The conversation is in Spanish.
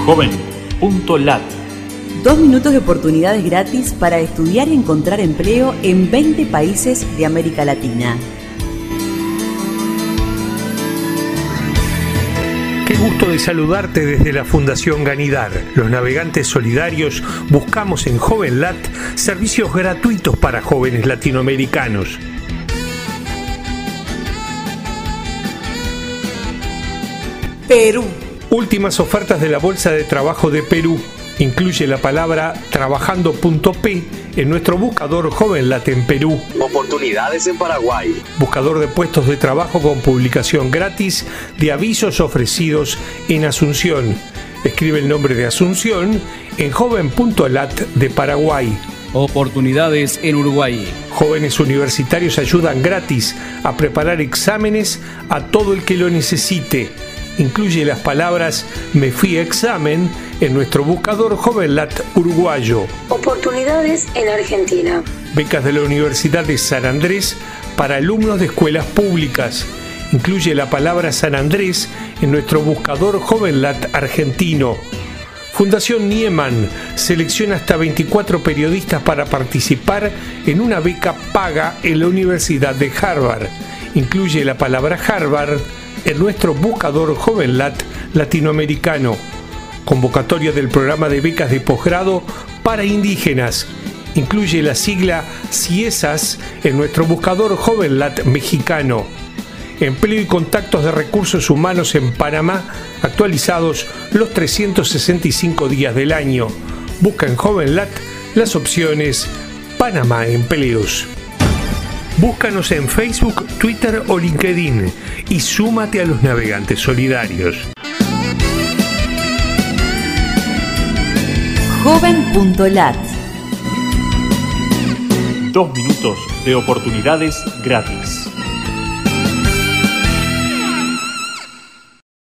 joven.lat. 2 minutos de oportunidades gratis para estudiar y encontrar empleo en 20 países de América Latina. Qué gusto de saludarte desde la Fundación Ganidar. Los navegantes solidarios buscamos en JovenLat servicios gratuitos para jóvenes latinoamericanos. Perú. Últimas ofertas de la Bolsa de Trabajo de Perú. Incluye la palabra trabajando.p en nuestro buscador JovenLat en Perú. Oportunidades en Paraguay. Buscador de puestos de trabajo con publicación gratis de avisos ofrecidos en Asunción. Escribe el nombre de Asunción en joven.lat de Paraguay. Oportunidades en Uruguay. Jóvenes universitarios ayudan gratis a preparar exámenes a todo el que lo necesite. Incluye las palabras "me fui a examen" en nuestro buscador JovenLat uruguayo. Oportunidades en Argentina. Becas de la Universidad de San Andrés para alumnos de escuelas públicas. Incluye la palabra San Andrés en nuestro buscador JovenLat argentino. Fundación Nieman selecciona hasta 24 periodistas para participar en una beca paga en la Universidad de Harvard. Incluye la palabra Harvard en nuestro buscador JovenLat latinoamericano. Convocatoria del programa de becas de posgrado para indígenas. Incluye la sigla CIESAS en nuestro buscador JovenLat mexicano. Empleo y contactos de recursos humanos en Panamá, actualizados los 365 días del año. Busca en JovenLat las opciones Panamá Empleos. Búscanos en Facebook, Twitter o LinkedIn y súmate a los navegantes solidarios. Joven.lat. 2 minutos de oportunidades gratis.